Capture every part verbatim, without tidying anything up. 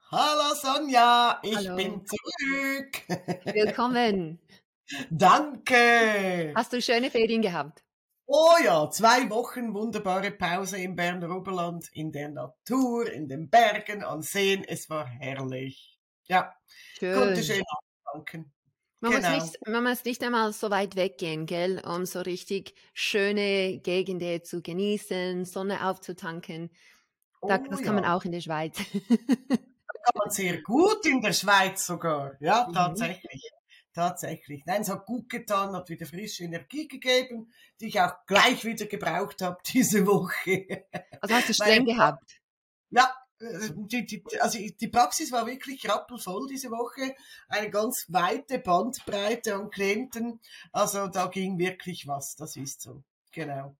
Hallo Sonja, ich Hallo, bin zurück. willkommen. Danke. Hast du schöne Ferien gehabt? Oh ja, zwei Wochen wunderbare Pause im Berner Oberland, in der Natur, in den Bergen, an Seen. Es war herrlich. Ja, konnte Schön. schön abdanken. Man muss Genau. nicht, man muss nicht einmal so weit weggehen, gell, um so richtig schöne Gegenden zu genießen, Sonne aufzutanken. Da, Oh das kann man ja, auch in der Schweiz. kann man sehr gut in der Schweiz sogar. Ja, Mhm. tatsächlich. Tatsächlich. Nein, es hat gut getan, hat wieder frische Energie gegeben, die ich auch gleich wieder gebraucht habe diese Woche. Also hast du Meine streng gehabt? Ja, äh, die, die, also die Praxis war wirklich rappelvoll diese Woche. Eine ganz weite Bandbreite an Klienten. Also da ging wirklich was. Das ist so. Genau.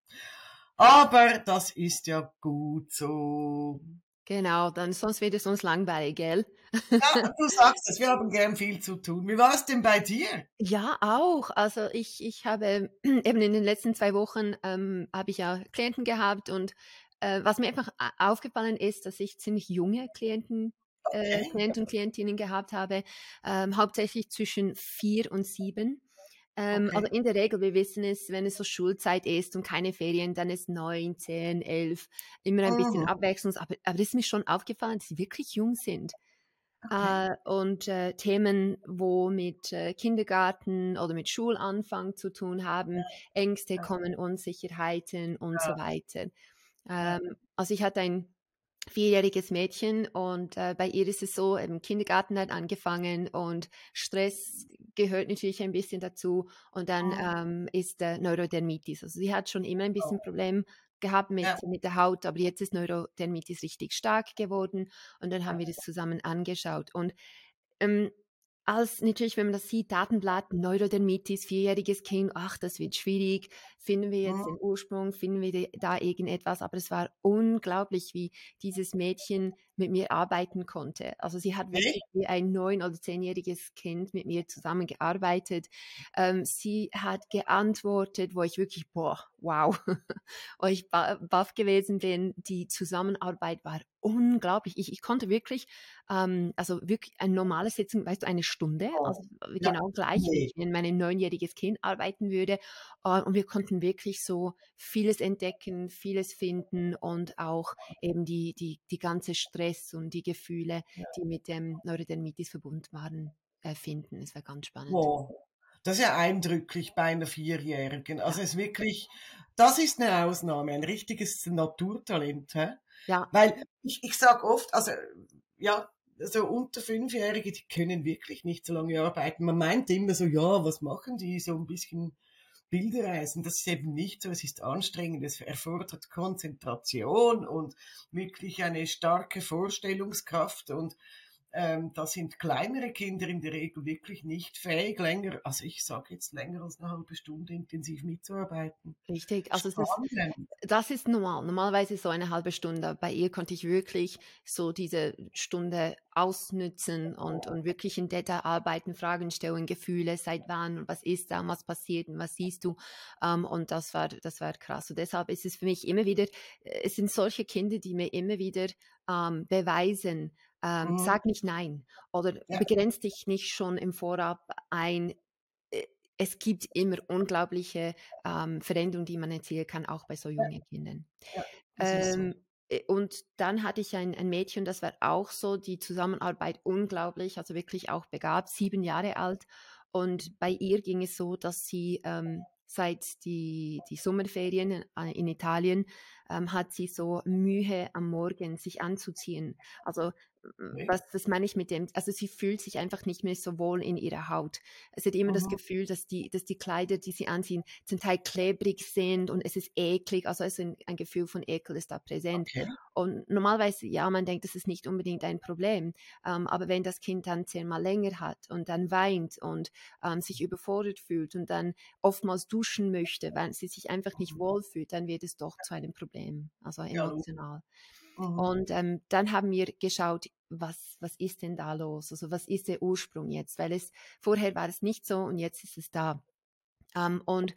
Aber das ist ja gut so. Genau, dann sonst wird es uns langweilig, gell? Ja, du sagst es, wir haben gern viel zu tun. Wie war es denn bei dir? Ja, auch. Also ich ich habe eben in den letzten zwei Wochen, ähm, habe ich ja Klienten gehabt und, äh, was mir einfach a aufgefallen ist, dass ich ziemlich junge Klienten äh, Okay. Klienten und Klientinnen gehabt habe, ähm, hauptsächlich zwischen vier und sieben. Ähm, also Okay. in der Regel, wir wissen es, wenn es so Schulzeit ist und keine Ferien, dann ist neun, zehn, elf immer ein bisschen Mhm. abwechslungs aber aber das ist mir schon aufgefallen, dass sie wirklich jung sind. Okay. Äh, und, äh, Themen, wo mit, äh, Kindergarten oder mit Schulanfang zu tun haben, Ängste Ja, kommen, Unsicherheiten und so weiter. ja, Ähm, also, ich hatte ein vierjähriges Mädchen und, äh, bei ihr ist es so, im Kindergarten hat angefangen und Stress gehört natürlich ein bisschen dazu und dann, ja. ähm, ist, äh, Neurodermitis. Also, sie hat schon immer ein bisschen Oh, Problem gehabt ja, mit mit der Haut, aber jetzt ist Neurodermitis richtig stark geworden und dann haben ja. wir das zusammen angeschaut. Und, ähm, als natürlich, wenn man das sieht, Datenblatt, Neurodermitis, vierjähriges Kind, ach, das wird schwierig. Finden wir jetzt Mhm. den Ursprung? Finden wir de da irgendetwas? Aber es war unglaublich, wie dieses Mädchen mit mir arbeiten konnte. Also, sie hat Okay. wirklich wie ein neun oder zehnjähriges Kind mit mir zusammengearbeitet. Ähm, sie hat geantwortet, wo ich wirklich, boah, wow, wo ich ba baff gewesen bin. Die Zusammenarbeit war unglaublich. Ich ich konnte wirklich ähm, also wirklich ein normales Sitzen, weißt du, eine Stunde, Oh, also ja. genau gleich, wie Nee. ich wenn mein neunjähriges Kind arbeiten würde. Äh, und wir konnten wirklich so vieles entdecken, vieles finden und auch eben die die die ganze Stress und die Gefühle, die mit dem Neurodermitis verbunden waren, äh, finden. Es war ganz spannend. Wow. Das ist ja eindrücklich bei einer Vierjährigen. Ja, Also es ist wirklich, das ist eine Ausnahme, ein richtiges Naturtalent, hä? ja, Weil ich, ich sage oft, also ja, so unter Fünfjährige, die können wirklich nicht so lange arbeiten. Man meint immer so, ja, was machen die? So ein bisschen Bilderreisen. Das ist eben nicht so. Es ist anstrengend. Es erfordert Konzentration und wirklich eine starke Vorstellungskraft und ähm, da sind kleinere Kinder in der Regel wirklich nicht fähig, länger, also ich sage jetzt länger als eine halbe Stunde intensiv mitzuarbeiten. richtig. Also es ist Spannend. Das ist normal. Normalerweise so eine halbe Stunde. Bei ihr konnte ich wirklich so diese Stunde ausnützen und und wirklich in Detail arbeiten, Fragen stellen, Gefühle, seit wann und was ist da und was passiert und was siehst du? Ähm, und das war das war krass. Und deshalb ist es für mich immer wieder äh, es sind solche Kinder, die mir immer wieder, ähm, beweisen, ähm, Mhm. sag nicht nein oder Ja, begrenz dich nicht schon im Vorab ein. Äh, Es gibt immer unglaubliche ähm, Veränderung, die man erzielen kann, auch bei so ja, jungen Kindern. ja, das ist so. Ähm, äh, und dann hatte ich ein ein Mädchen, das war auch so, die Zusammenarbeit unglaublich, also wirklich auch begabt, sieben Jahre alt. Und bei ihr ging es so, dass sie, ähm, seit die die Sommerferien, äh, in Italien, ähm, hat sie so Mühe am Morgen, sich anzuziehen. Also, hm, Okay. was was meine ich mit dem? Also, sie fühlt sich einfach nicht mehr so wohl in ihrer Haut. Sie hat immer das Mhm. Gefühl, dass die dass die Kleider, die sie anziehen, zum Teil klebrig sind und es ist eklig, also es ist ein ein Gefühl von Ekel ist da präsent. Okay. Und normalerweise, ja, man denkt, das ist nicht unbedingt ein Problem, ähm, aber wenn das Kind dann zehnmal länger hat und dann weint und, ähm, sich überfordert fühlt und dann oftmals duschen möchte, weil sie sich einfach nicht wohlfühlt, dann wird es doch zu einem Problem, also Ja, lu- emotional. mhm. Und, ähm, dann haben wir geschaut, was was ist denn da los? Also, was ist der Ursprung jetzt? Weil es vorher war es nicht so und jetzt ist es da. Ähm, und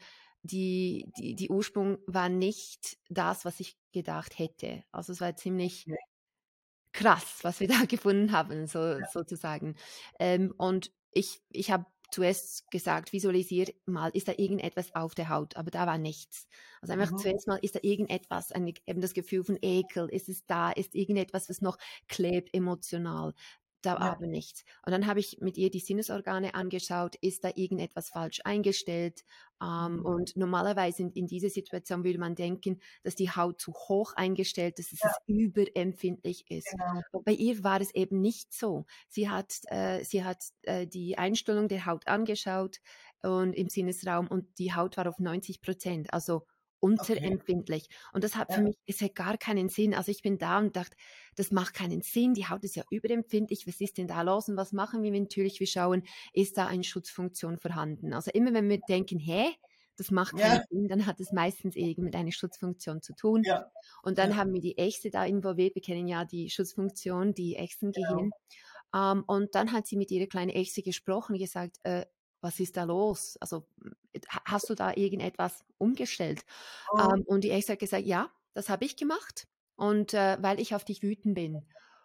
die die die Ursprung war nicht das, was ich gedacht hätte. Also, es war ziemlich Okay. krass, was wir da gefunden haben, so Ja. sozusagen. Ähm, und ich ich habe zuerst gesagt: „Visualisiere mal, ist da irgendetwas auf der Haut?“ Aber da war nichts. Also, einfach Mhm. zuerst mal, ist da irgendetwas, ein eben das Gefühl von Ekel, ist es da? Ist irgendetwas, was noch klebt emotional? Da Ja. aber nichts. Und dann habe ich mit ihr die Sinnesorgane angeschaut. Ist da irgendetwas falsch eingestellt? Ähm, Mhm. und normalerweise in in dieser Situation würde man denken, dass die Haut zu hoch eingestellt ist, dass Ja, es überempfindlich ist. genau. Und bei ihr war es eben nicht so. Sie hat, äh, sie hat äh, die Einstellung der Haut angeschaut und im Sinnesraum und die Haut war auf neunzig Prozent, also Okay. unterempfindlich. Und das hat für Ja. mich, es hat gar keinen Sinn. Also ich bin da und dachte, das macht keinen Sinn. Die Haut ist ja überempfindlich. Was ist denn da los? Und was machen wir? Natürlich, wir schauen, ist da eine Schutzfunktion vorhanden? Also immer wenn wir denken, hä, das macht keinen Ja, Sinn, dann hat es meistens irgendwie mit einer Schutzfunktion zu tun. ja, Und dann ja, haben wir die Äxte da involviert. Wir kennen ja die Schutzfunktion, die genau. Echsengehirn. Ähm, und dann hat sie mit ihrer kleinen Echse gesprochen und gesagt, äh, was ist da los? Also ha- hast du da irgendetwas umgestellt? Mhm. Ähm, und die Echse hat gesagt, ja, das habe ich gemacht. Und äh, weil ich auf dich wütend bin.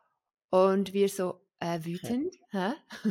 Und wir so, äh, Okay. wütend? Hä?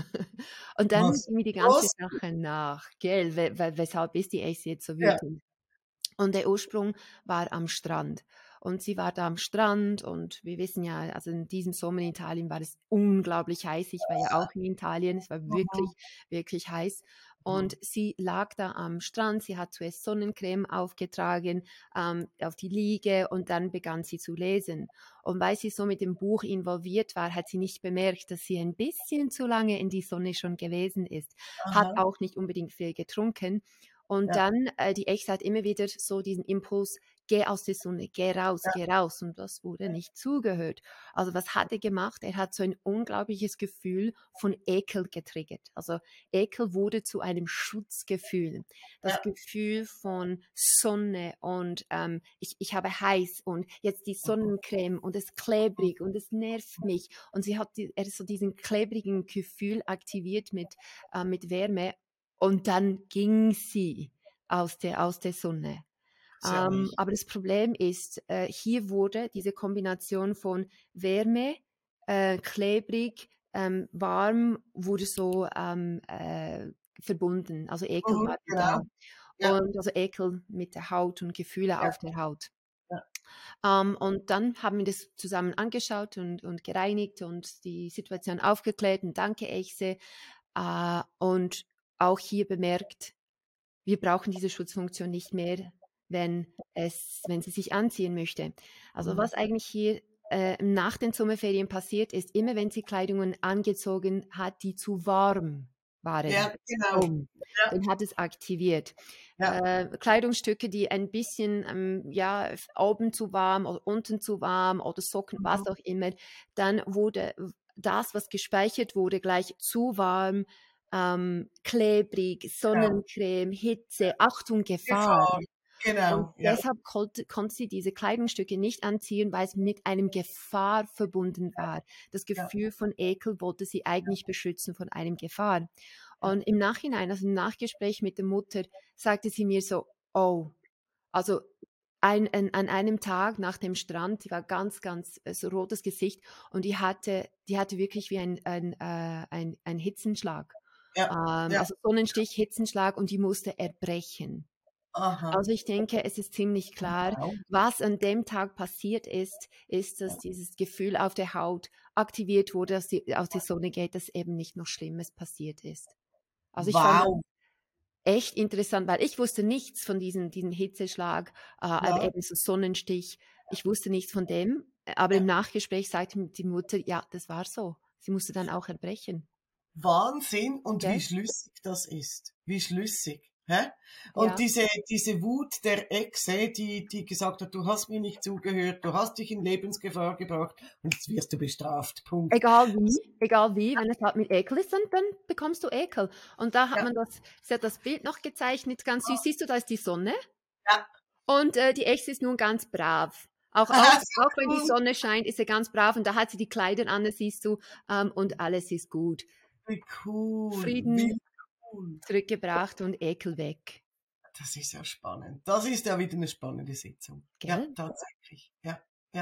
Und dann Was ging mir die ganze los? Sache nach, gell? We we weshalb ist die Echse jetzt so Ja. wütend? Und der Ursprung war am Strand. Und sie war da am Strand und wir wissen ja, also in diesem Sommer in Italien war es unglaublich heiß. Ich war ja auch in Italien. Es war Mhm. wirklich, wirklich heiß. Mhm. Und sie lag da am Strand. Sie hat zuerst Sonnencreme aufgetragen, ähm, auf die Liege und dann begann sie zu lesen. Und weil sie so mit dem Buch involviert war, hat sie nicht bemerkt, dass sie ein bisschen zu lange in die Sonne schon gewesen ist. Hat Aha. auch nicht unbedingt viel getrunken. Und Ja, dann, äh, die Ex hat immer wieder so diesen Impuls: „Geh aus der Sonne, geh raus, ja, geh raus.“ Und das wurde ja. nicht zugehört. Also, was hat er gemacht? Er hat so ein unglaubliches Gefühl von Ekel getriggert. Also, Ekel wurde zu einem Schutzgefühl. Das Ja. Gefühl von Sonne und, ähm, ich ich habe heiß und jetzt die Mhm. Sonnencreme und es ist Mhm. klebrig und es nervt mich. Und sie hat die er so diesen klebrigen Gefühl aktiviert mit, äh mit Wärme und dann ging sie aus der aus der Sonne. Ist ja Ähm, nicht. aber das Problem ist, äh, hier wurde diese Kombination von Wärme, äh, klebrig, ähm, warm, wurde so, ähm, äh, verbunden. Also Ekel Mhm, war da. genau. Ja, Und also Ekel mit der Haut und Gefühle ja, auf der Haut. ja. Ähm, und dann haben wir das zusammen angeschaut und und gereinigt und die Situation aufgeklärt und danke Echse. Äh, und auch hier bemerkt, wir brauchen diese Schutzfunktion nicht mehr, wenn es wenn sie sich anziehen möchte. Also, Mhm. was eigentlich hier, äh, nach den Sommerferien passiert ist, immer wenn sie Kleidungen angezogen hat, die zu warm waren, Ja, genau. bumm, Ja, dann hat es aktiviert. ja. Äh, Kleidungsstücke, die ein bisschen, ähm, ja, f oben zu warm oder unten zu warm oder Socken, was Mhm. auch immer, dann wurde w das, was gespeichert wurde, gleich zu warm, ähm, klebrig, Genau. Sonnencreme, Hitze, Achtung, Gefahr. Gefahr. Und Genau, ja, deshalb konnte konnte sie diese Kleidungsstücke nicht anziehen, weil es mit einem Gefahr verbunden war. Das ja, Gefühl von Ekel wollte sie eigentlich beschützen von einem Gefahr. ja. Und im Nachhinein, also im Nachgespräch mit der Mutter, sagte sie mir so: „Oh, also ein an an einem Tag nach dem Strand, die war ganz, ganz, äh, so rotes Gesicht und die hatte die hatte wirklich wie ein ein, äh ein ein Hitzenschlag. Ja, Ähm, ja. also Sonnenstich, Hitzenschlag und die musste erbrechen. Aha. Also, ich denke, es ist ziemlich klar, Wow. was an dem Tag passiert ist, ist, dass dieses Gefühl auf der Haut aktiviert wurde, dass sie aus die Sonne geht, dass eben nicht noch Schlimmes passiert ist. Also, ich fand das Wow. echt interessant, weil ich wusste nichts von diesem diesem Hitzeschlag, äh, aber Ja, eben so Sonnenstich. Ich wusste nichts von dem, äh, aber im ja. Nachgespräch sagte m die Mutter: „Ja, das war so.“ Sie musste dann auch erbrechen, Wahnsinn und wie gell? schlüssig das ist. Wie schlüssig. Hä? Und Ja. diese, diese Wut der Exe, die, die gesagt hat, du hast mir nicht zugehört, du hast dich in Lebensgefahr gebracht und jetzt wirst du bestraft. Punkt. Egal wie, egal wie, wenn es halt mit Ekel ist, dann dann bekommst du Ekel. Und da hat Ja, man das sie hat das Bild noch gezeichnet, ganz süß. Siehst du, da ist die Sonne ja. und, äh, die Echse ist nun ganz brav. Auch auch Haha, auch so wenn die cool. Sonne scheint, ist sie ganz brav und da hat sie die Kleider an, das siehst du, ähm, und alles ist gut. Wie cool. Frieden Wie cool. zurückgebracht und Ekel weg, Das ist ja spannend. Das ist ja wieder eine spannende Sitzung. Ja, gell? tatsächlich. Ja, ja.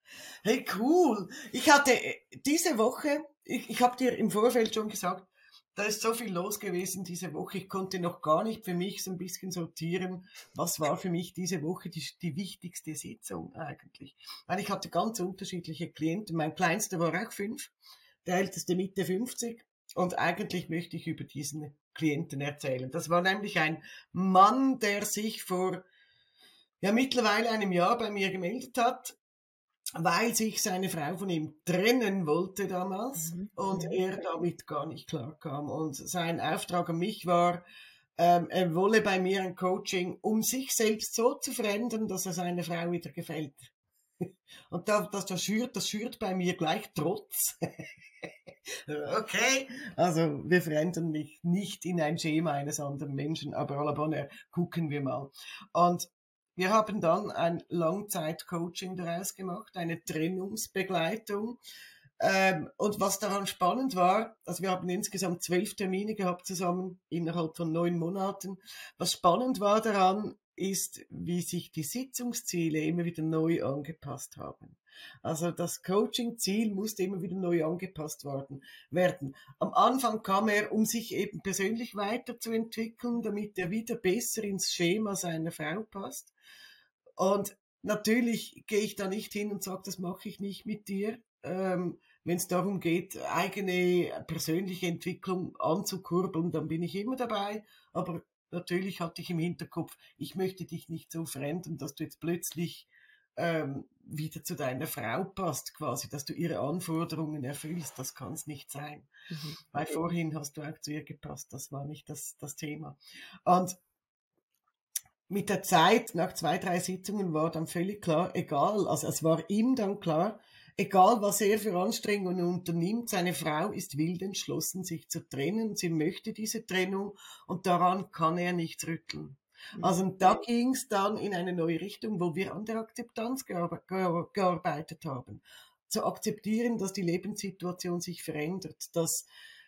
Hey, cool. Ich hatte äh, diese Woche, ich, ich habe dir im Vorfeld schon gesagt, da ist so viel los gewesen diese Woche. Ich konnte noch gar nicht für mich so ein bisschen sortieren, was war für mich diese Woche die, die wichtigste Sitzung eigentlich. Weil ich hatte ganz unterschiedliche Klienten. Mein kleinster war auch fünf, der älteste Mitte fünfzig. Und eigentlich möchte ich über diesen Klienten erzählen. Das war nämlich ein Mann, der sich vor ja mittlerweile einem Jahr bei mir gemeldet hat, weil sich seine Frau von ihm trennen wollte damals Mhm. und Mhm. er damit gar nicht klarkam. Und sein Auftrag an mich war, ähm, er wolle bei mir ein Coaching, um sich selbst so zu verändern, dass er seiner Frau wieder gefällt. Und da, das, das, schürt, das schürt bei mir gleich Trotz. Okay, also wir verändern mich nicht in ein Schema eines anderen Menschen, aber à la bonne heure, gucken wir mal. Und wir haben dann ein Langzeit-Coaching daraus gemacht, eine Trennungsbegleitung. Ähm, und was daran spannend war, also wir haben insgesamt zwölf Termine gehabt zusammen innerhalb von neun Monaten. Was spannend war daran, ist, wie sich die Sitzungsziele immer wieder neu angepasst haben. Also das Coaching-Ziel musste immer wieder neu angepasst worden, werden. Am Anfang kam er, um sich eben persönlich weiterzuentwickeln, damit er wieder besser ins Schema seiner Frau passt. Und natürlich gehe ich da nicht hin und sage, das mache ich nicht mit dir. Ähm, Wenn es darum geht, eigene persönliche Entwicklung anzukurbeln, dann bin ich immer dabei. Aber natürlich hatte ich im Hinterkopf, ich möchte dich nicht so verändern, dass du jetzt plötzlich ähm, wieder zu deiner Frau passt, quasi, dass du ihre Anforderungen erfüllst. Das kann es nicht sein. Mhm. Weil vorhin hast du auch zu ihr gepasst. Das war nicht das, das Thema. Und mit der Zeit, nach zwei, drei Sitzungen, war dann völlig klar, egal, also es war ihm dann klar, egal was er für Anstrengungen unternimmt, seine Frau ist wild entschlossen, sich zu trennen, sie möchte diese Trennung und daran kann er nichts rütteln. Also Mhm. und da ging es dann in eine neue Richtung, wo wir an der Akzeptanz gear gear gearbeitet haben. Zu akzeptieren, dass die Lebenssituation sich verändert, dass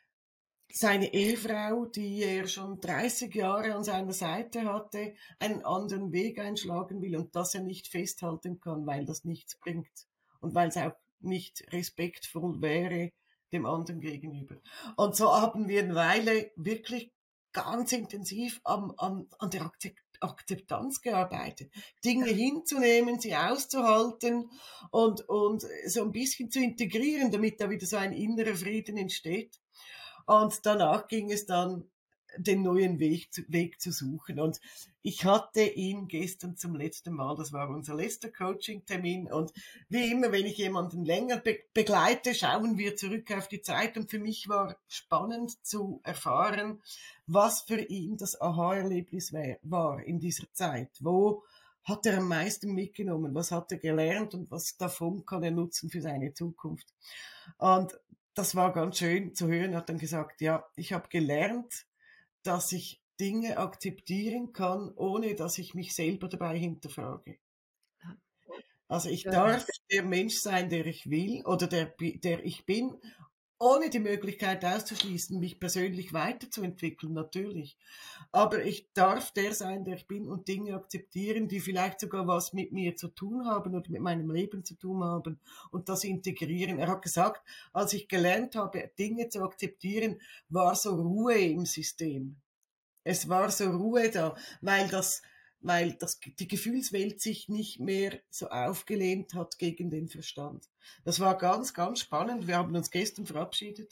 seine Ehefrau, die er schon dreißig Jahre an seiner Seite hatte, einen anderen Weg einschlagen will und dass er nicht festhalten kann, weil das nichts bringt und weil es auch nicht respektvoll wäre dem anderen gegenüber. Und so haben wir eine Weile wirklich ganz intensiv am, am, an der Akzeptanz gearbeitet, Dinge hinzunehmen, sie auszuhalten und, und so ein bisschen zu integrieren, damit da wieder so ein innerer Frieden entsteht. Und danach ging es dann, den neuen Weg zu, Weg zu suchen. Und ich hatte ihn gestern zum letzten Mal, das war unser letzter Coaching-Termin. Und wie immer, wenn ich jemanden länger be begleite, schauen wir zurück auf die Zeit. Und für mich war spannend zu erfahren, was für ihn das Aha-Erlebnis war in dieser Zeit. Wo hat er am meisten mitgenommen? Was hat er gelernt und was davon kann er nutzen für seine Zukunft? Und das war ganz schön zu hören. Er hat dann gesagt, ja, ich habe gelernt, dass ich Dinge akzeptieren kann, ohne dass ich mich selber dabei hinterfrage. Ja. Also ich Schön. darf der Mensch sein, der ich will oder der, der ich bin, ohne die Möglichkeit auszuschließen, mich persönlich weiterzuentwickeln, natürlich. Aber ich darf der sein, der ich bin und Dinge akzeptieren, die vielleicht sogar was mit mir zu tun haben oder mit meinem Leben zu tun haben und das integrieren. Er hat gesagt, als ich gelernt habe, Dinge zu akzeptieren, war so Ruhe im System. Es war so Ruhe da, weil das, weil das, die Gefühlswelt sich nicht mehr so aufgelehnt hat gegen den Verstand. Das war ganz, ganz spannend. Wir haben uns gestern verabschiedet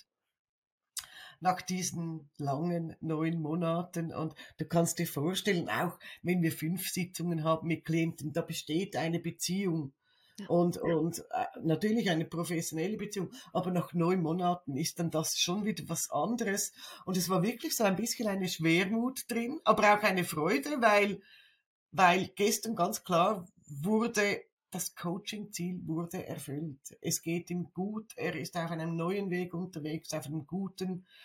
nach diesen langen neun Monaten. Und du kannst dir vorstellen, auch wenn wir fünf Sitzungen haben mit Klienten, da besteht eine Beziehung. Ja. Und, und äh, natürlich eine professionelle Beziehung, aber nach neun Monaten ist dann das schon wieder was anderes. Und es war wirklich so ein bisschen eine Schwermut drin, aber auch eine Freude, weil, weil gestern ganz klar wurde, das Coaching-Ziel wurde erfüllt. Es geht ihm gut, er ist auf einem neuen Weg unterwegs, auf einem guten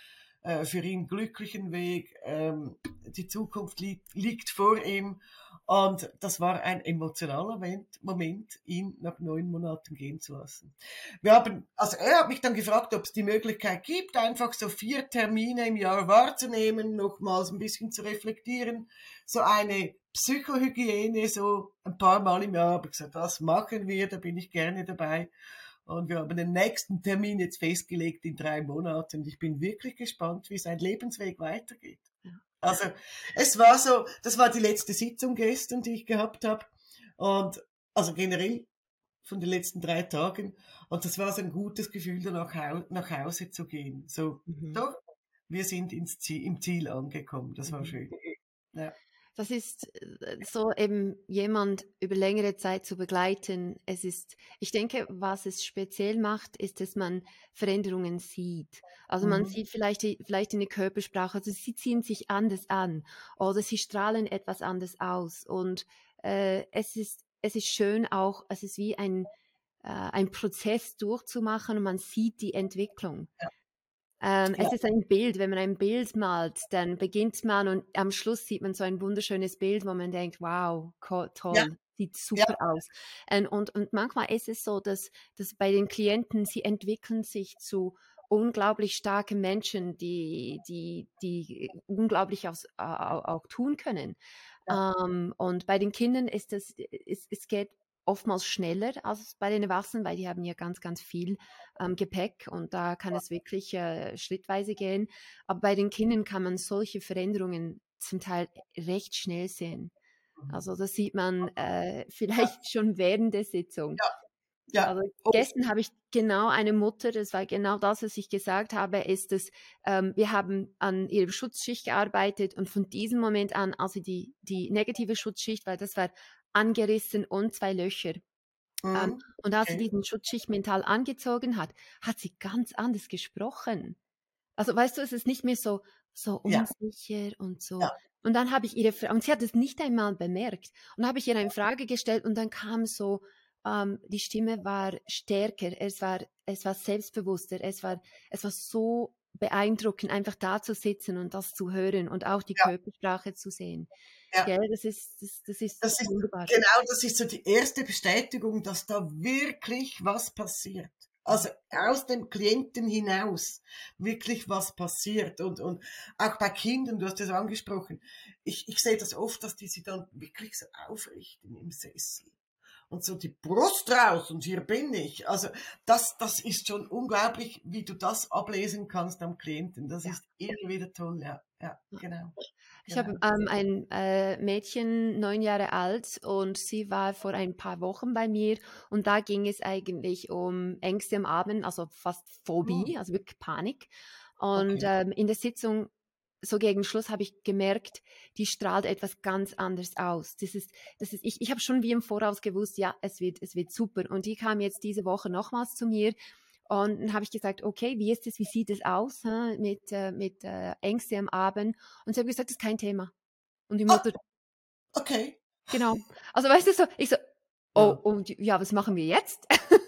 äh, für ihn glücklichen Weg. Ähm, die Zukunft li liegt vor ihm. Und das war ein emotionaler Moment, ihn nach neun Monaten gehen zu lassen. Wir haben, also er hat mich dann gefragt, ob es die Möglichkeit gibt, einfach so vier Termine im Jahr wahrzunehmen, nochmals ein bisschen zu reflektieren, so eine Psychohygiene, so ein paar Mal im Jahr. Habe ich gesagt, das machen wir, da bin ich gerne dabei. Und wir haben den nächsten Termin jetzt festgelegt in drei Monaten. Und ich bin wirklich gespannt, wie sein Lebensweg weitergeht. Also es war so, das war die letzte Sitzung gestern, die ich gehabt habe. Und also generell von den letzten drei Tagen. Und das war so ein gutes Gefühl, danach nach Hause zu gehen. So, mhm. Doch, wir sind ins Ziel, im Ziel angekommen. Das war mhm. schön. Ja. Das ist so eben jemand über längere Zeit zu begleiten. Es ist, ich denke, was es speziell macht, ist, dass man Veränderungen sieht. Also man mhm. sieht vielleicht, vielleicht in der Körpersprache, also sie ziehen sich anders an oder sie strahlen etwas anders aus. Und äh, es ist, es ist schön auch, es ist wie ein, äh, ein Prozess durchzumachen und man sieht die Entwicklung. Ja. Ähm, ja. Es ist ein Bild, wenn man ein Bild malt, dann beginnt man und am Schluss sieht man so ein wunderschönes Bild, wo man denkt, wow, toll, ja. sieht super ja. aus. Und, und, und manchmal ist es so, dass, dass bei den Klienten, sie entwickeln sich zu unglaublich starken Menschen, die, die, die unglaublich aus, auch, auch tun können. Ja. Um, und bei den Kindern ist es, es, es geht oftmals schneller als bei den Erwachsenen, weil die haben ja ganz, ganz viel ähm, Gepäck und da kann es wirklich äh, schrittweise gehen. Aber bei den Kindern kann man solche Veränderungen zum Teil recht schnell sehen. Also das sieht man äh, vielleicht schon während der Sitzung. Ja. Ja. Also gestern habe ich genau eine Mutter, das war genau das, was ich gesagt habe, ist, dass ähm, wir haben an ihrer Schutzschicht gearbeitet und von diesem Moment an, also die, die negative Schutzschicht, weil das war angerissen und zwei Löcher. Mhm. Ähm, und als okay. sie diesen Schutzschicht mental angezogen hat, hat sie ganz anders gesprochen. Also weißt du, es ist nicht mehr so, so unsicher ja. und so. Ja. Und dann habe ich ihre Frage, und sie hat es nicht einmal bemerkt. Und habe ich ihr eine Frage gestellt und dann kam so, ähm, die Stimme war stärker, es war, es war selbstbewusster, es war, es war so beeindruckend, einfach da zu sitzen und das zu hören und auch die ja. Körpersprache zu sehen. Ja. Gell? Das ist, das, das ist das ist wunderbar. Genau, das ist so die erste Bestätigung, dass da wirklich was passiert. Also aus dem Klienten hinaus wirklich was passiert. Und, und auch bei Kindern, du hast das angesprochen, ich, ich sehe das oft, dass die sich dann wirklich so aufrichten im Sessel. Und so die Brust raus und hier bin ich. Also das, das ist schon unglaublich, wie du das ablesen kannst am Klienten. Das ja. ist immer wieder toll, ja. Ja, genau. Ich genau. habe ähm, ein äh, Mädchen, neun Jahre alt, und sie war vor ein paar Wochen bei mir und da ging es eigentlich um Ängste am Abend, also fast Phobie, oh. also wirklich Panik. Und okay. ähm, in der Sitzung so gegen Schluss habe ich gemerkt, die strahlt etwas ganz anderes aus. Das ist, das ist, ich, ich habe schon wie im Voraus gewusst, ja, es wird, es wird super. Und die kam jetzt diese Woche nochmals zu mir und dann habe ich gesagt, okay, wie ist es, wie sieht es aus hä, mit, äh, mit äh, Ängste am Abend? Und sie hat gesagt, das ist kein Thema. Und die Mutter, oh, okay. Genau. Also weißt du so, ich so, oh, ja. und ja, was machen wir jetzt?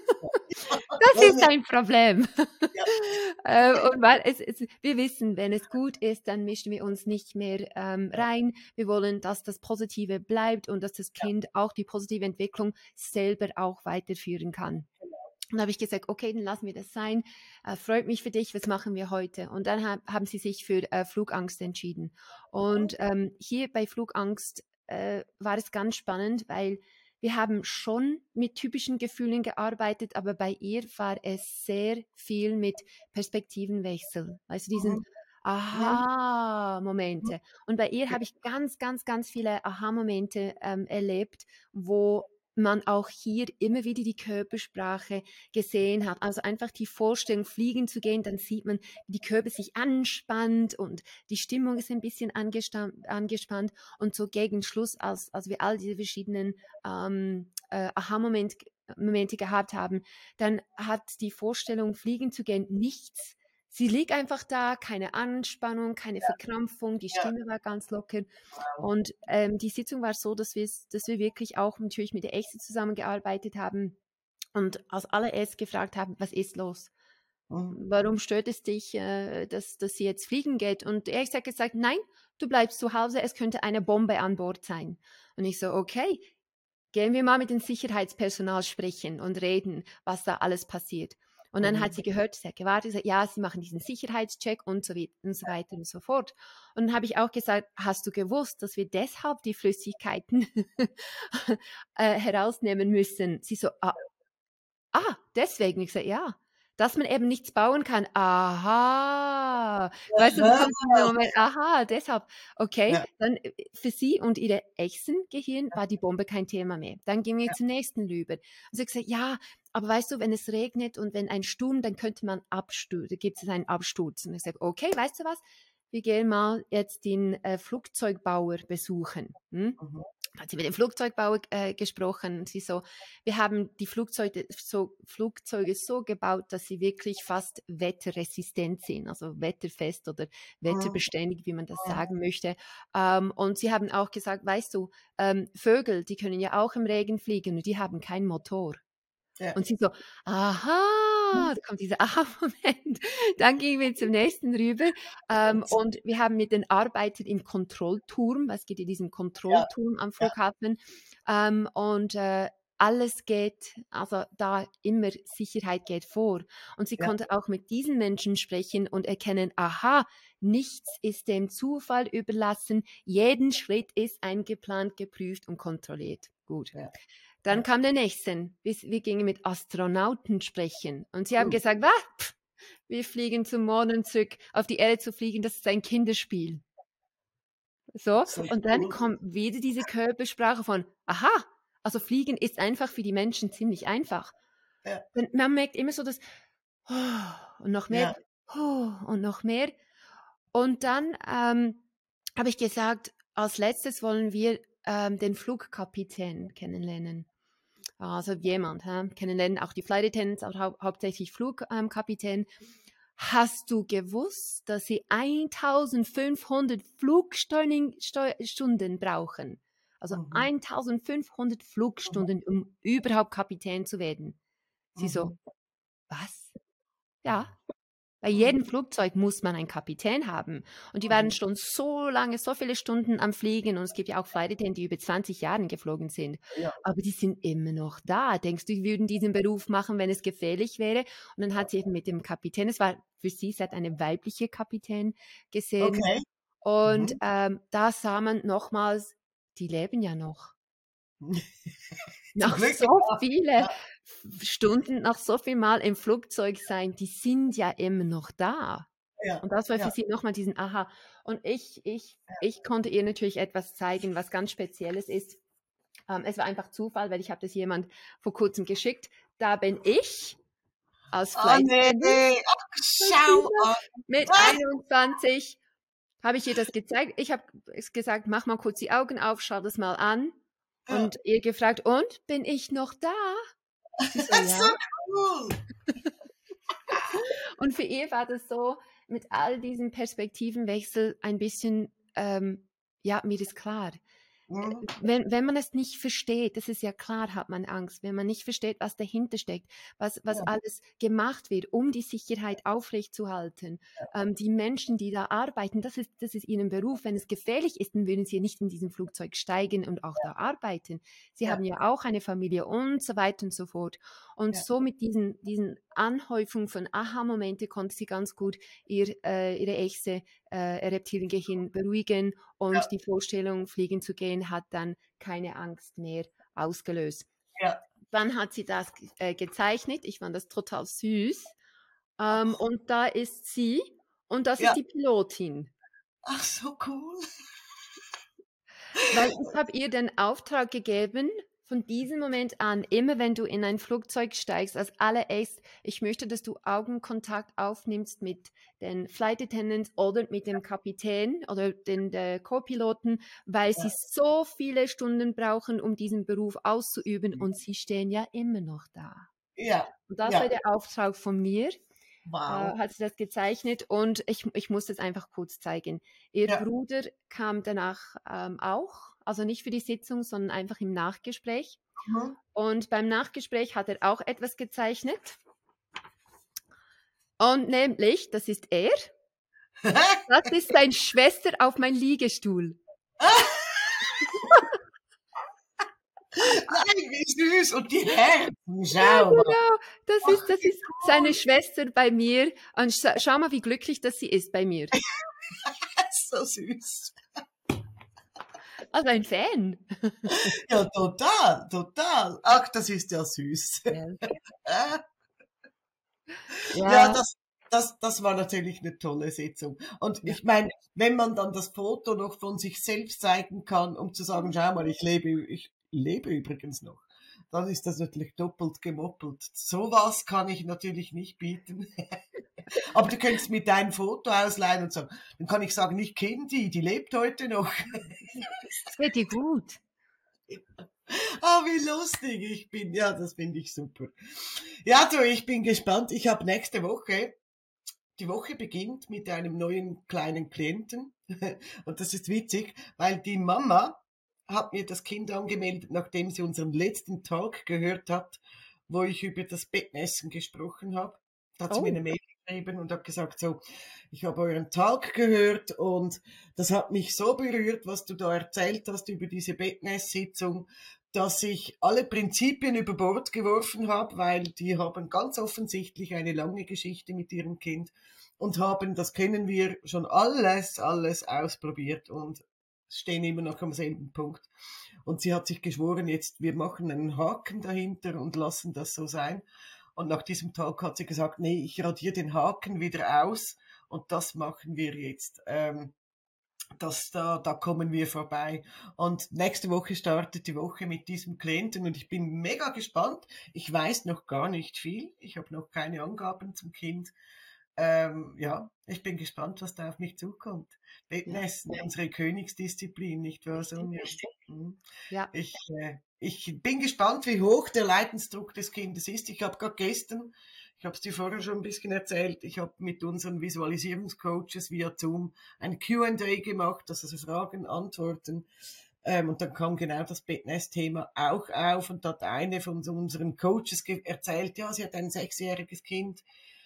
Das ist ein Problem. Ja. äh, und weil es, es, wir wissen, wenn es gut ist, dann mischen wir uns nicht mehr ähm, rein. Wir wollen, dass das Positive bleibt und dass das Kind auch die positive Entwicklung selber auch weiterführen kann. Und da habe ich gesagt, okay, dann lassen wir das sein. Äh, freut mich für dich, was machen wir heute? Und dann hab, haben sie sich für äh, Flugangst entschieden. Und ähm, hier bei Flugangst äh, war es ganz spannend, weil wir haben schon mit typischen Gefühlen gearbeitet, aber bei ihr war es sehr viel mit Perspektivenwechsel. Also diesen Aha-Momente. Und bei ihr habe ich ganz, ganz, ganz viele Aha-Momente ähm, erlebt, wo man auch hier immer wieder die Körpersprache gesehen hat. Also einfach die Vorstellung, fliegen zu gehen, dann sieht man, wie die Körper sich anspannt und die Stimmung ist ein bisschen angespannt. Und so gegen Schluss, als, als wir all diese verschiedenen ähm, äh, Aha-Momente Momente gehabt haben, dann hat die Vorstellung, fliegen zu gehen, nichts. Sie liegt einfach da, keine Anspannung, keine ja. Verkrampfung, die Stimme ja. war ganz locker. Wow. Und ähm, die Sitzung war so, dass, dass wir wirklich auch natürlich mit der Ärztin zusammengearbeitet haben und als allererst gefragt haben, was ist los? Mhm. Warum stört es dich, äh, dass, dass sie jetzt fliegen geht? Und er hat gesagt, nein, du bleibst zu Hause, es könnte eine Bombe an Bord sein. Und ich so, okay, gehen wir mal mit dem Sicherheitspersonal sprechen und reden, was da alles passiert. Und dann hat Mhm. sie gehört, sie hat gewartet, gesagt, ja, sie machen diesen Sicherheitscheck und so, und so weiter und so fort. Und dann habe ich auch gesagt, hast du gewusst, dass wir deshalb die Flüssigkeiten äh, herausnehmen müssen? Sie so, ah, ah, deswegen. Ich sage, ja, dass man eben nichts bauen kann. Aha. Weißt du, du Aha. kommst in den Moment, aha, deshalb. Okay, Ja, dann äh, für sie und ihre Echsen-Gehirn war die Bombe kein Thema mehr. Dann gingen wir ja. zum nächsten rüber. Und sie hat gesagt, ja, aber weißt du, wenn es regnet und wenn ein Sturm, dann könnte man abstürzen, da gibt es einen Absturz. Und ich sage, okay, weißt du was? Wir gehen mal jetzt den äh, Flugzeugbauer besuchen. Hm? Mhm. Hat sie mit dem Flugzeugbauer äh, gesprochen und sie so, wir haben die Flugzeuge so, Flugzeuge so gebaut, dass sie wirklich fast wetterresistent sind, also wetterfest oder Mhm. wetterbeständig, wie man das Mhm. sagen möchte. Ähm, und sie haben auch gesagt, weißt du, ähm, Vögel, die können ja auch im Regen fliegen und die haben keinen Motor. Ja. Und sie so, aha, da kommt dieser Aha-Moment. Dann gingen wir zum nächsten rüber ähm, und wir haben mit den Arbeitern im Kontrollturm, es gibt ja diesen Ja, Kontrollturm am ja, Flughafen ähm, und äh, alles geht, also da immer Sicherheit geht vor. Und sie ja. konnte auch mit diesen Menschen sprechen und erkennen, aha, nichts ist dem Zufall überlassen, jeden Schritt ist eingeplant, geprüft und kontrolliert. Gut. Ja, Dann ja. kam der nächste. Wir, wir gingen mit Astronauten sprechen. Und sie haben Mhm. gesagt, was? Pff, wir fliegen zum Mond und zurück. Auf die Erde zu fliegen, das ist ein Kinderspiel. So. So Und dann cool. kommt wieder diese Körpersprache von, aha, also Fliegen ist einfach für die Menschen ziemlich einfach. Ja, Dann, man merkt immer so das, und noch mehr, ja. und noch mehr. Und dann ähm, habe ich gesagt, als letztes wollen wir ähm, den Flugkapitän kennenlernen. Also jemand, hä? Kennenlernen, auch die Flight Attendants, auch hau hauptsächlich Flugkapitän. Hast du gewusst, dass sie eintausendfünfhundert Flugstunden brauchen? Also Mhm. eintausendfünfhundert Mhm. Flugstunden, um überhaupt Kapitän zu werden. Sie so, Mhm. was? Ja, bei Mhm. jedem Flugzeug muss man einen Kapitän haben. Und die waren Mhm. schon so lange, so viele Stunden am Fliegen. Und es gibt ja auch Flight Attendants, die über zwanzig Jahre geflogen sind. Ja, Aber die sind immer noch da. Denkst du, die würden diesen Beruf machen, wenn es gefährlich wäre? Und dann hat sie eben mit dem Kapitän, es war für sie, sie hat eine weibliche Kapitän gesehen. okay. Und Mhm. ähm, da sah man nochmals, die leben ja noch. Zum Nach Glück, so ja. viele Ja, Stunden, nach so viel Mal im Flugzeug sein, die sind ja immer noch da. ja, Und das war für ja, sie nochmal diesen Aha. Und ich, ich, ich konnte ihr natürlich etwas zeigen, was ganz Spezielles ist. Ähm, es war einfach Zufall, weil ich habe das jemand vor kurzem geschickt. Da bin ich als oh Flight nee, Attendant ach, schau an. mit Was? einundzwanzig habe ich ihr das gezeigt. Ich habe gesagt, mach mal kurz die Augen auf, schau das mal an. Ja. Und ihr gefragt, und bin ich noch da? Sie so, ja. So cool. Und für ihr war das so, mit all diesem Perspektivenwechsel ein bisschen, ähm, ja, mir ist klar. Mhm. Wenn, wenn man es nicht versteht, das ist ja klar, hat man Angst, wenn man nicht versteht, was dahinter steckt, was, was Ja, alles gemacht wird, um die Sicherheit aufrechtzuerhalten. Ähm, die Menschen, die da arbeiten, das ist, das ist ihren Beruf. Wenn es gefährlich ist, dann würden sie nicht in diesem Flugzeug steigen und auch da arbeiten. Sie ja, haben ja auch eine Familie und so weiter und so fort. Und ja, so mit diesen, diesen Anhäufung von Aha-Momente konnte sie ganz gut ihr, äh, ihre echte äh, Reptiliengehirn beruhigen ja, und die Vorstellung, fliegen zu gehen, hat dann keine Angst mehr ausgelöst. ja. Dann hat sie das äh, gezeichnet. Ich fand das total süß. Ähm, Ach, und da ist sie und das ja. ist die Pilotin. Ach, so cool. Weil ich habe ihr den Auftrag gegeben, von diesem Moment an, immer wenn du in ein Flugzeug steigst, als allererst, ich möchte, dass du Augenkontakt aufnimmst mit den Flight Attendants oder mit dem Kapitän oder den der Co-Piloten, weil sie Ja, so viele Stunden brauchen, um diesen Beruf auszuüben und sie stehen ja immer noch da. ja, Und das war ja. der Auftrag von mir, äh, Wow. hat sie das gezeichnet und ich, ich muss das einfach kurz zeigen. Ihr Ja. Bruder kam danach ähm, auch, also nicht für die Sitzung, sondern einfach im Nachgespräch. Mhm. Und beim Nachgespräch hat er auch etwas gezeichnet. Und nämlich, das ist er, das ist seine Schwester auf mein Liegestuhl. Nein, wie süß. Und die Herzen, Ja, schau mal. genau. Das Ach, ist, das wie ist seine cool. Schwester bei mir. Und scha schau mal, wie glücklich dass sie ist bei mir. So süß. Also ein Fan. Ja, total, total. Ach, das ist ja süß. Ja. Ja, Ja, das, das, das war natürlich eine tolle Sitzung. Und ja. ich meine, wenn man dann das Foto noch von sich selbst zeigen kann, um zu sagen, schau mal, ich lebe, ich lebe übrigens noch, dann ist das natürlich doppelt gemoppelt. Sowas kann ich natürlich nicht bieten. Aber du könntest mit deinem Foto ausleihen und sagen, dann kann ich sagen, ich kenne die, die lebt heute noch. Es geht dir gut. Ah, wie lustig ich bin. Ja, das finde ich super. Ja, du, ich bin gespannt. Ich habe nächste Woche, die Woche beginnt mit einem neuen kleinen Klienten. Und das ist witzig, weil die Mama hat mir das Kind angemeldet, nachdem sie unseren letzten Talk gehört hat, wo ich über das Bettnässen gesprochen habe. Da hat sie mir Oh, eine Mail geschrieben und hat gesagt, so, ich habe euren Talk gehört und das hat mich so berührt, was du da erzählt hast über diese Bettnässsitzung, dass ich alle Prinzipien über Bord geworfen habe, weil die haben ganz offensichtlich eine lange Geschichte mit ihrem Kind und haben, das kennen wir, schon alles, alles ausprobiert und stehen immer noch am selben Punkt. Und sie hat sich geschworen, jetzt, wir machen einen Haken dahinter und lassen das so sein. Und nach diesem Tag hat sie gesagt, nee, ich radiere den Haken wieder aus und das machen wir jetzt. Ähm, das, da, da kommen wir vorbei. Und nächste Woche startet die Woche mit diesem Klienten und ich bin mega gespannt. Ich weiß noch gar nicht viel. Ich habe noch keine Angaben zum Kind. Ähm, ja, ich bin gespannt, was da auf mich zukommt. ja, Wettmessen, unsere Königsdisziplin, nicht wahr, richtig. Sonja? Mhm. Ja. Ich, äh, ich bin gespannt, wie hoch der Leidensdruck des Kindes ist. Ich habe gerade gestern, ich habe es dir vorher schon ein bisschen erzählt, ich habe mit unseren Visualisierungscoaches via Zoom ein Q and A gemacht, also Fragen, Antworten. Ähm, und dann kam genau das Bettnest-Thema auch auf und da hat eine von so unseren Coaches erzählt, ja, sie hat ein sechsjähriges Kind,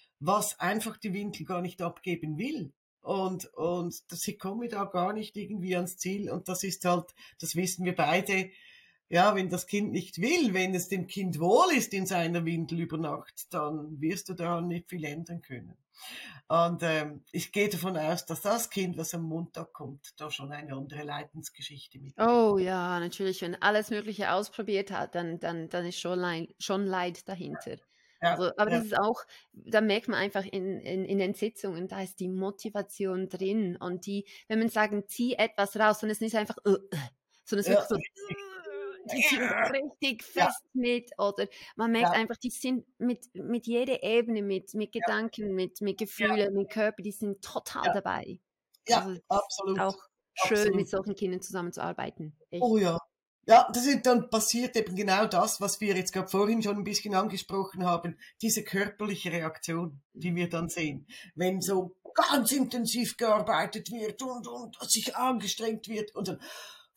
was einfach die Windel gar nicht abgeben will. Und, und sie kommen da gar nicht irgendwie ans Ziel. Und das ist halt, das wissen wir beide, ja, wenn das Kind nicht will, wenn es dem Kind wohl ist in seiner Windel über Nacht, dann wirst du daran nicht viel ändern können. Und ähm, ich gehe davon aus, dass das Kind, was am Montag kommt, da schon eine andere Leidensgeschichte mitbringt. Oh ja, natürlich, wenn alles Mögliche ausprobiert hat, dann, dann, dann ist schon Leid, schon Leid dahinter. Ja, Also, aber ja, das ist auch, da merkt man einfach in, in, in den Sitzungen, da ist die Motivation drin und die, wenn man sagen, zieh etwas raus, dann ist es nicht einfach, äh, äh, sondern es ist ja, wirklich so, die sind richtig ja, fest mit oder man merkt ja, einfach, die sind mit, mit jeder Ebene, mit, mit ja, Gedanken, mit, mit ja, Gefühlen, mit Körper, die sind total ja, dabei. ja, Also es ist absolut, auch schön, absolut. mit solchen Kindern zusammenzuarbeiten. Echt. Oh ja. Ja, das ist, dann passiert eben genau das, was wir jetzt gerade vorhin schon ein bisschen angesprochen haben, diese körperliche Reaktion, die wir dann sehen. Wenn so ganz intensiv gearbeitet wird und, und sich angestrengt wird und dann,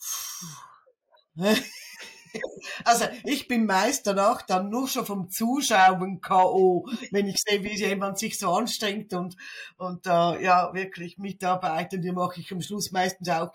also ich bin meist danach dann nur schon vom Zuschauen K O, wenn ich sehe, wie jemand sich so anstrengt und, und da äh, ja wirklich mitarbeitet, die mache ich am Schluss meistens auch.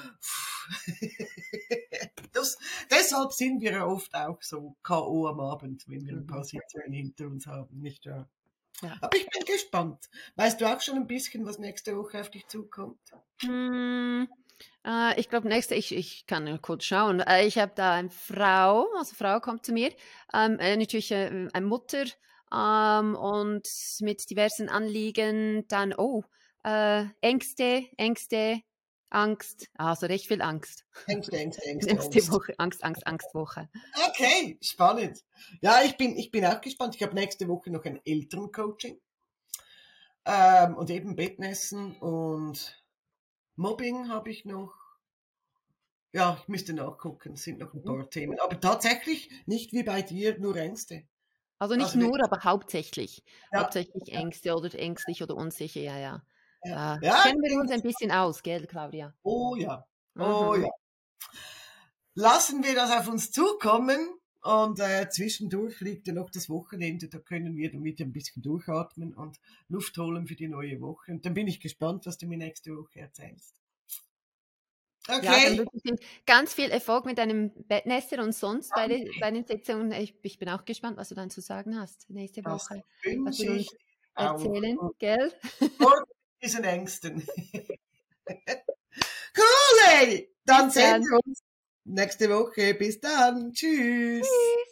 Das, deshalb sind wir ja oft auch so K O am Abend, wenn wir ein paar Mhm. Sitzungen hinter uns haben, nicht wahr? Ja. Aber ich bin gespannt. Weißt du auch schon ein bisschen, was nächste Woche auf dich zukommt? Hm, äh, ich glaube, nächste, ich, ich kann ja kurz schauen. Äh, ich habe da eine Frau, also Frau kommt zu mir, ähm, äh, natürlich äh, eine Mutter ähm, und mit diversen Anliegen. Dann, oh, äh, Ängste, Ängste, Angst, also recht viel Angst. Ängste, Ängste, Ängste, Nächste Angst. Woche, Angst, Angst, Angstwoche. Okay, spannend. Ja, ich bin, ich bin auch gespannt. Ich habe nächste Woche noch ein Elterncoaching ähm, und eben Bettnässen und Mobbing habe ich noch. Ja, ich müsste nachgucken, es sind noch ein Mhm. paar Themen. Aber tatsächlich nicht wie bei dir, nur Ängste. Also nicht Also nur, wirklich, aber hauptsächlich. ja, Hauptsächlich ja, Ängste oder ängstlich oder unsicher, ja, ja. ja. Da Ja, kennen ich wir bin uns ein gespannt. bisschen aus, gell, Claudia? Oh ja, oh Mhm. ja. Lassen wir das auf uns zukommen. Und äh, zwischendurch liegt ja noch das Wochenende, da können wir damit ein bisschen durchatmen und Luft holen für die neue Woche. Und dann bin ich gespannt, was du mir nächste Woche erzählst. Ja, dann Okay. wünsche ich dir ganz viel Erfolg mit deinem Bettnässer und sonst bei, den, bei den Sitzungen. Ich, ich bin auch gespannt, was du dann zu sagen hast nächste Das Woche. Was wünsche du ich uns auch. erzählen, gell? Vor diesen Ängsten. Cool, ey! Dann Bis sehen dann. wir uns nächste Woche. Bis dann. Tschüss. Tschüss.